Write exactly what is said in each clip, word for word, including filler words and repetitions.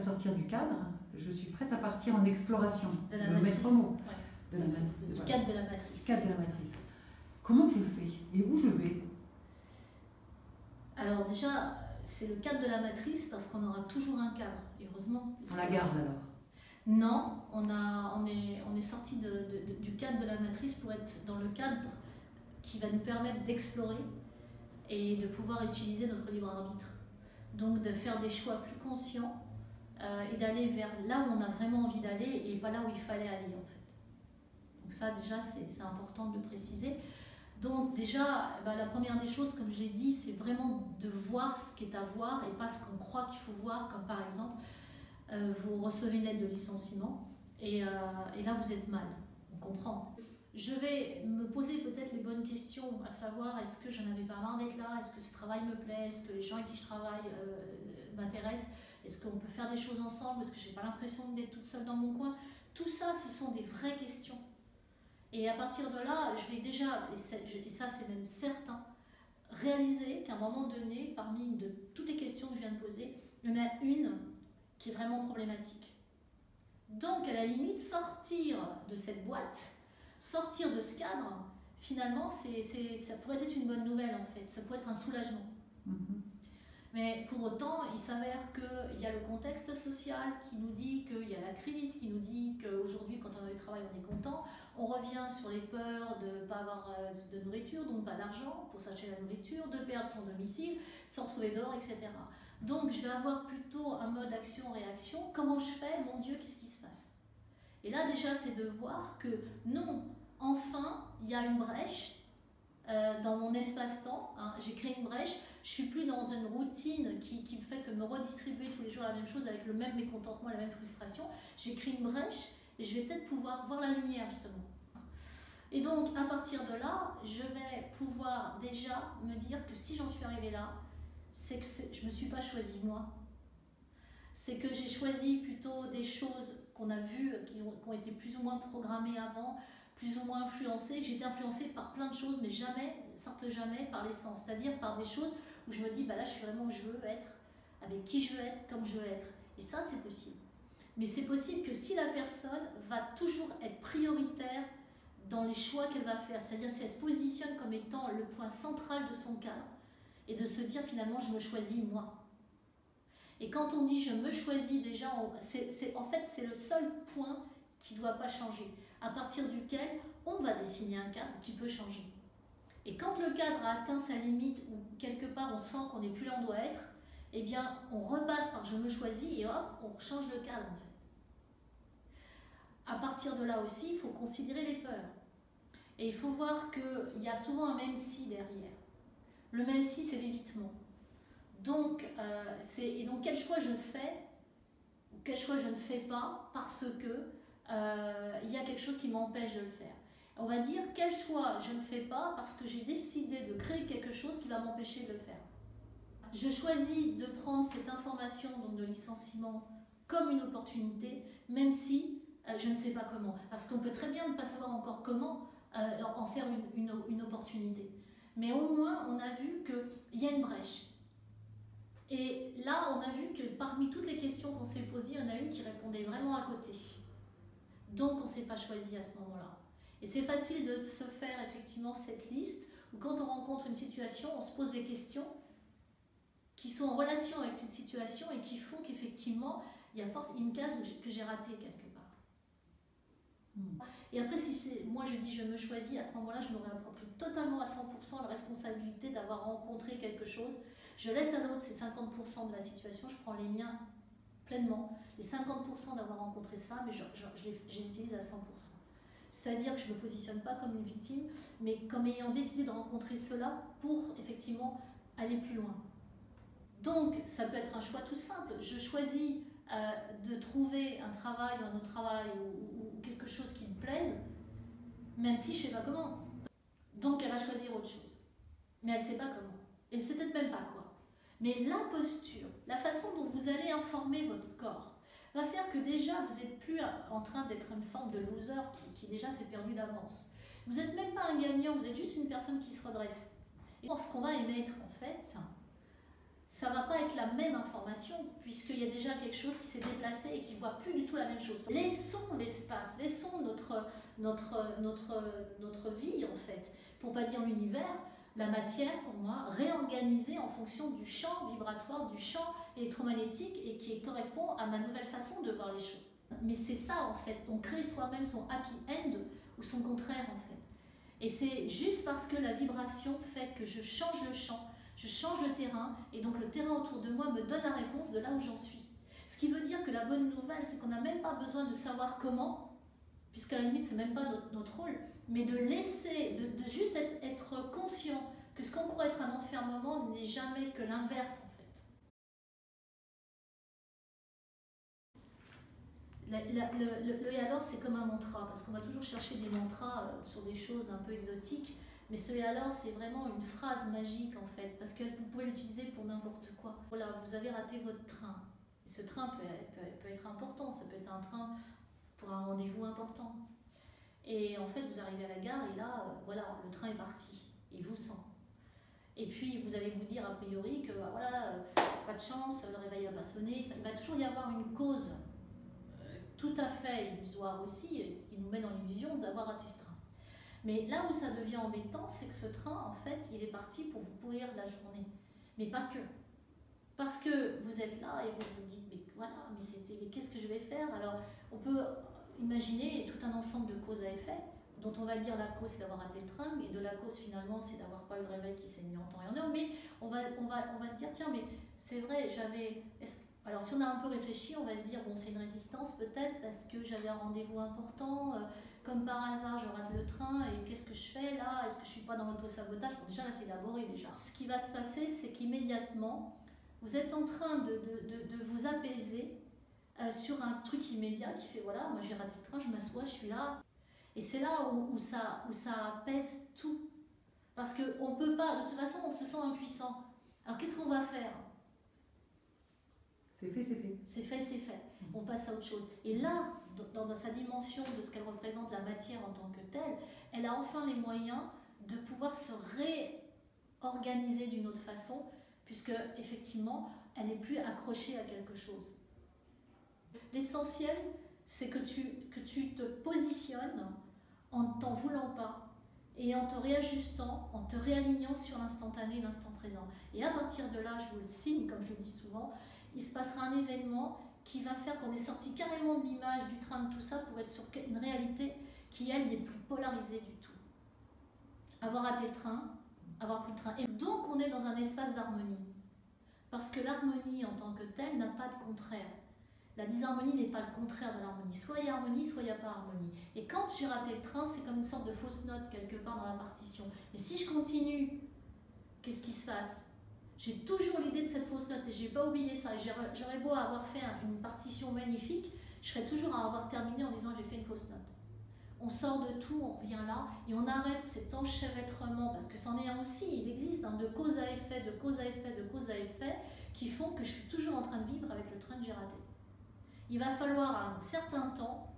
sortir du cadre, je suis prête à partir en exploration. De la le matrice. maître mot. Ouais. De la, Du voilà. cadre de la matrice. Cadre de la matrice. Comment je fais et où je vais? Alors déjà, c'est le cadre de la matrice parce qu'on aura toujours un cadre, et heureusement. On la garde alors? Non, on, a, on est, on est sorti de, de, de, du cadre de la matrice pour être dans le cadre qui va nous permettre d'explorer et de pouvoir utiliser notre libre arbitre. Donc de faire des choix plus conscients euh, et d'aller vers là où on a vraiment envie d'aller et pas là où il fallait aller en fait. Donc ça déjà c'est important de le préciser. Donc déjà, bah, la première des choses, comme je l'ai dit, c'est vraiment de voir ce qui est à voir et pas ce qu'on croit qu'il faut voir, comme par exemple, euh, vous recevez une lettre de licenciement et, euh, et là vous êtes mal, on comprend. Je vais me poser peut-être les bonnes questions, à savoir est-ce que j'en avais pas marre d'être là, est-ce que ce travail me plaît, est-ce que les gens avec qui je travaille euh, m'intéressent, est-ce qu'on peut faire des choses ensemble, est-ce que j'ai pas l'impression d'être toute seule dans mon coin. Tout ça, ce sont des vraies questions. Et à partir de là, je vais déjà, et ça c'est même certain, réaliser qu'à un moment donné, parmi de toutes les questions que je viens de poser, il y en a une qui est vraiment problématique. Donc à la limite, sortir de cette boîte, sortir de ce cadre, finalement, c'est, c'est, ça pourrait être une bonne nouvelle en fait, ça pourrait être un soulagement. Mm-hmm. Mais pour autant, il s'avère qu'il y a le contexte social qui nous dit qu'il y a la crise, qui nous dit qu'aujourd'hui, quand on a du travail, on est content. On revient sur les peurs de ne pas avoir de nourriture, donc pas d'argent pour s'acheter la nourriture, de perdre son domicile, de se retrouver dehors, et cetera. Donc je vais avoir plutôt un mode action-réaction. Comment je fais? Mon Dieu, qu'est-ce qui se passe? Et là déjà, c'est de voir que non, enfin, il y a une brèche euh, dans mon espace-temps. Hein, j'ai créé une brèche. Je suis plus dans une routine qui, qui fait que me redistribuer tous les jours la même chose avec le même mécontentement, la même frustration. J'ai créé une brèche et je vais peut-être pouvoir voir la lumière justement. Et donc à partir de là, je vais pouvoir déjà me dire que si j'en suis arrivée là, c'est que je ne me suis pas choisie moi. C'est que j'ai choisi plutôt des choses qu'on a vues, qui ont, qui ont été plus ou moins programmées avant, plus ou moins influencées. J'ai été influencée par plein de choses, mais jamais, certes jamais, par l'essence. C'est-à-dire par des choses où je me dis, bah là je suis vraiment où je veux être, avec qui je veux être, comme je veux être. Et ça c'est possible. Mais c'est possible que si la personne va toujours être prioritaire dans les choix qu'elle va faire, c'est-à-dire si elle se positionne comme étant le point central de son cadre, et de se dire finalement je me choisis moi. Et quand on dit je me choisis déjà, c'est, c'est, en fait c'est le seul point qui ne doit pas changer, à partir duquel on va dessiner un cadre qui peut changer. Et quand le cadre a atteint sa limite, ou quelque part on sent qu'on n'est plus là où on doit être, eh bien on repasse par je me choisis et hop, on change le cadre en fait. À partir de là aussi, il faut considérer les peurs. Et il faut voir qu'il y a souvent un même si derrière. Le même si, c'est l'évitement. Donc, euh, et donc, quel choix je fais, ou quel choix je ne fais pas, parce que euh, il y a quelque chose qui m'empêche de le faire. On va dire quel choix je ne fais pas parce que j'ai décidé de créer quelque chose qui va m'empêcher de le faire. Je choisis de prendre cette information donc de licenciement comme une opportunité, même si euh, je ne sais pas comment. Parce qu'on peut très bien ne pas savoir encore comment euh, en faire une, une, une opportunité. Mais au moins, on a vu qu'il y a une brèche. Et là, on a vu que parmi toutes les questions qu'on s'est posées, il y en a une qui répondait vraiment à côté. Donc, on ne s'est pas choisi à ce moment-là. Et c'est facile de se faire effectivement cette liste, où quand on rencontre une situation, on se pose des questions qui sont en relation avec cette situation et qui font qu'effectivement, il y a force, une case que j'ai ratée quelque part. Mmh. Et après, si moi je dis je me choisis, à ce moment-là, je me réapproprie totalement à cent pour cent la responsabilité d'avoir rencontré quelque chose. Je laisse à l'autre ces cinquante pour cent de la situation, je prends les miens pleinement, les cinquante pour cent d'avoir rencontré ça, mais je, je, je, les, je les utilise à cent pour cent. C'est-à-dire que je ne me positionne pas comme une victime, mais comme ayant décidé de rencontrer cela pour effectivement aller plus loin. Donc, ça peut être un choix tout simple. Je choisis euh, de trouver un travail ou un autre travail ou, ou quelque chose qui me plaise, même si je ne sais pas comment. Donc, elle va choisir autre chose. Mais elle ne sait pas comment. Elle ne sait peut-être même pas quoi. Mais la posture, la façon dont vous allez informer votre corps, va faire que déjà, vous n'êtes plus en train d'être une forme de loser qui, qui déjà s'est perdu d'avance. Vous n'êtes même pas un gagnant, vous êtes juste une personne qui se redresse. Et ce qu'on va émettre, en fait, ça ne va pas être la même information, puisqu'il y a déjà quelque chose qui s'est déplacé et qui ne voit plus du tout la même chose. Laissons l'espace, laissons notre, notre, notre, notre vie, en fait, pour ne pas dire l'univers, la matière, pour moi, réorganisée en fonction du champ vibratoire, du champ électromagnétique, et qui correspond à ma nouvelle façon de voir les choses. Mais c'est ça, en fait, on crée soi-même son happy end, ou son contraire, en fait. Et c'est juste parce que la vibration fait que je change le champ, je change le terrain, et donc le terrain autour de moi me donne la réponse de là où j'en suis. Ce qui veut dire que la bonne nouvelle, c'est qu'on n'a même pas besoin de savoir comment, puisqu'à la limite, c'est même pas notre, notre rôle, mais de laisser, de, de juste être, être conscient que ce qu'on croit être un enfermement n'est jamais que l'inverse, en fait. La, la, le, le, le et alors, c'est comme un mantra, parce qu'on va toujours chercher des mantras euh, sur des choses un peu exotiques. Mais ce et alors, c'est vraiment une phrase magique en fait, parce que vous pouvez l'utiliser pour n'importe quoi. Voilà, vous avez raté votre train. Et ce train peut, peut, peut être important, ça peut être un train pour un rendez-vous important. Et en fait, vous arrivez à la gare et là, euh, voilà, le train est parti, il vous sent. Et puis, vous allez vous dire a priori que bah, voilà, euh, pas de chance, le réveil n'a pas sonné. Enfin, il va toujours y avoir une cause euh, tout à fait illusoire aussi, qui nous met dans l'illusion d'avoir raté ce train. Mais là où ça devient embêtant, c'est que ce train, en fait, il est parti pour vous pourrir la journée. Mais pas que. Parce que vous êtes là et vous vous dites, mais voilà, mais c'était, mais qu'est-ce que je vais faire? Alors, on peut imaginer tout un ensemble de causes à effet, dont on va dire la cause, c'est d'avoir raté le train, et de la cause, finalement, c'est d'avoir pas eu le réveil qui s'est mis en temps et en heure. Mais on va, on va, on va se dire, tiens, mais c'est vrai, j'avais... Alors, si on a un peu réfléchi, on va se dire, bon, c'est une résistance peut-être, parce que j'avais un rendez-vous important, euh, comme par hasard, je rate le train, et qu'est-ce que je fais là? Est-ce que je suis pas dans l'auto-sabotage? Bon, déjà, là, c'est élaboré, déjà. Ce qui va se passer, c'est qu'immédiatement, vous êtes en train de, de, de, de vous apaiser euh, sur un truc immédiat qui fait, voilà, moi j'ai raté le train, je m'assois, je suis là. Et c'est là où, où, ça, où ça apaise tout. Parce qu'on ne peut pas, de toute façon, on se sent impuissant. Alors, qu'est-ce qu'on va faire? C'est fait, c'est fait. C'est fait, c'est fait. On passe à autre chose. Et là, dans, dans sa dimension de ce qu'elle représente, la matière en tant que telle, elle a enfin les moyens de pouvoir se réorganiser d'une autre façon, puisque, effectivement, elle n'est plus accrochée à quelque chose. L'essentiel, c'est que tu, que tu te positionnes en ne t'en voulant pas et en te réajustant, en te réalignant sur l'instantané, l'instant présent. Et à partir de là, je vous le signe, comme je le dis souvent, il se passera un événement qui va faire qu'on est sorti carrément de l'image, du train, de tout ça, pour être sur une réalité qui, elle, n'est plus polarisée du tout. Avoir raté le train, avoir pris le train. Et donc, on est dans un espace d'harmonie. Parce que l'harmonie, en tant que telle, n'a pas de contraire. La disharmonie n'est pas le contraire de l'harmonie. Soit il y a harmonie, soit il n'y a pas harmonie. Et quand j'ai raté le train, c'est comme une sorte de fausse note quelque part dans la partition. Mais si je continue, qu'est-ce qui se passe? J'ai toujours l'idée de cette fausse note et je n'ai pas oublié ça. J'aurais beau avoir fait une partition magnifique, je serais toujours à avoir terminé en disant j'ai fait une fausse note. On sort de tout, on revient là et on arrête cet enchevêtrement, parce que c'en est un aussi, il existe, hein, de cause à effet, de cause à effet, de cause à effet, qui font que je suis toujours en train de vivre avec le train que j'ai raté. Il va falloir un certain temps,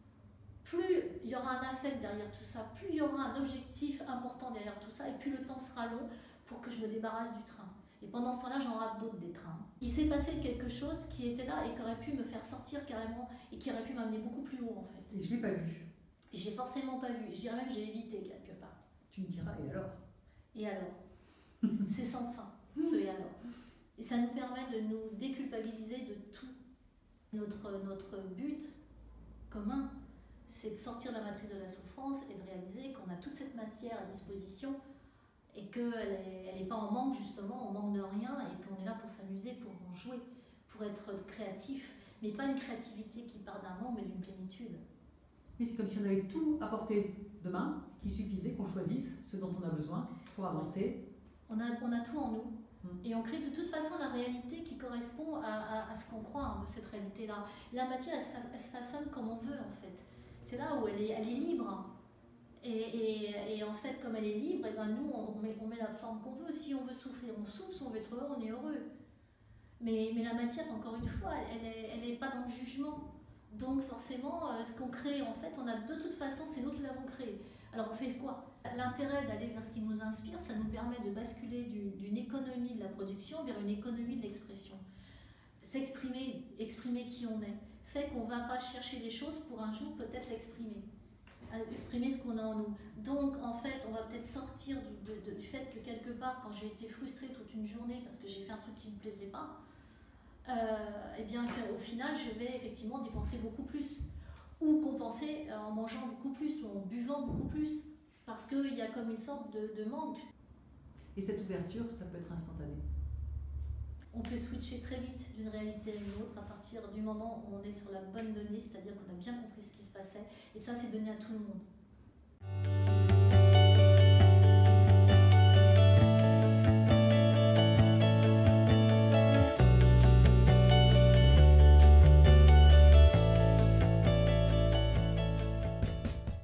plus il y aura un affect derrière tout ça, plus il y aura un objectif important derrière tout ça, et plus le temps sera long pour que je me débarrasse du train. Et pendant ce temps-là, j'en rate d'autres des trains. Il s'est passé quelque chose qui était là et qui aurait pu me faire sortir carrément, et qui aurait pu m'amener beaucoup plus haut en fait. Et je ne l'ai pas vu. Et je l'ai forcément pas vu, je dirais même que j'ai évité quelque part. Tu me diras, et alors? Et alors? C'est sans fin, ce et alors. Et ça nous permet de nous déculpabiliser de tout. Notre, notre but commun, c'est de sortir de la matrice de la souffrance et de réaliser qu'on a toute cette matière à disposition et qu'elle n'est elle est pas en manque justement, on manque de rien et qu'on est là pour s'amuser, pour en jouer, pour être créatif, mais pas une créativité qui part d'un manque mais d'une plénitude. Mais c'est comme si on avait tout à portée de main, qu'il suffisait qu'on choisisse ce dont on a besoin pour avancer. On a, on a tout en nous. Et on crée de toute façon la réalité qui correspond à, à, à ce qu'on croit hein, de cette réalité-là. La matière, elle se, elle se façonne comme on veut en fait. C'est là où elle est, elle est libre. Et, et, et en fait, comme elle est libre, et ben nous, on met, on met la forme qu'on veut. Si on veut souffrir, on souffre. Si on veut être heureux, on est heureux. Mais, mais la matière, encore une fois, elle n'est elle est pas dans le jugement. Donc forcément, euh, ce qu'on crée, en fait, on a de toute façon, c'est nous qui l'avons créé. Alors on fait quoi? L'intérêt d'aller vers ce qui nous inspire, ça nous permet de basculer d'une économie de la production vers une économie de l'expression. S'exprimer, exprimer qui on est, fait qu'on ne va pas chercher des choses pour un jour peut-être l'exprimer. Exprimer ce qu'on a en nous. Donc, en fait, on va peut-être sortir du, de, de, du fait que quelque part, quand j'ai été frustrée toute une journée parce que j'ai fait un truc qui ne me plaisait pas, euh, et bien qu'au final, je vais effectivement dépenser beaucoup plus. Ou compenser en mangeant beaucoup plus, ou en buvant beaucoup plus. Parce qu'il y a comme une sorte de, de manque. Et cette ouverture, ça peut être instantané. On peut switcher très vite d'une réalité à une autre à partir du moment où on est sur la bonne donnée, c'est-à-dire qu'on a bien compris ce qui se passait. Et ça, c'est donné à tout le monde.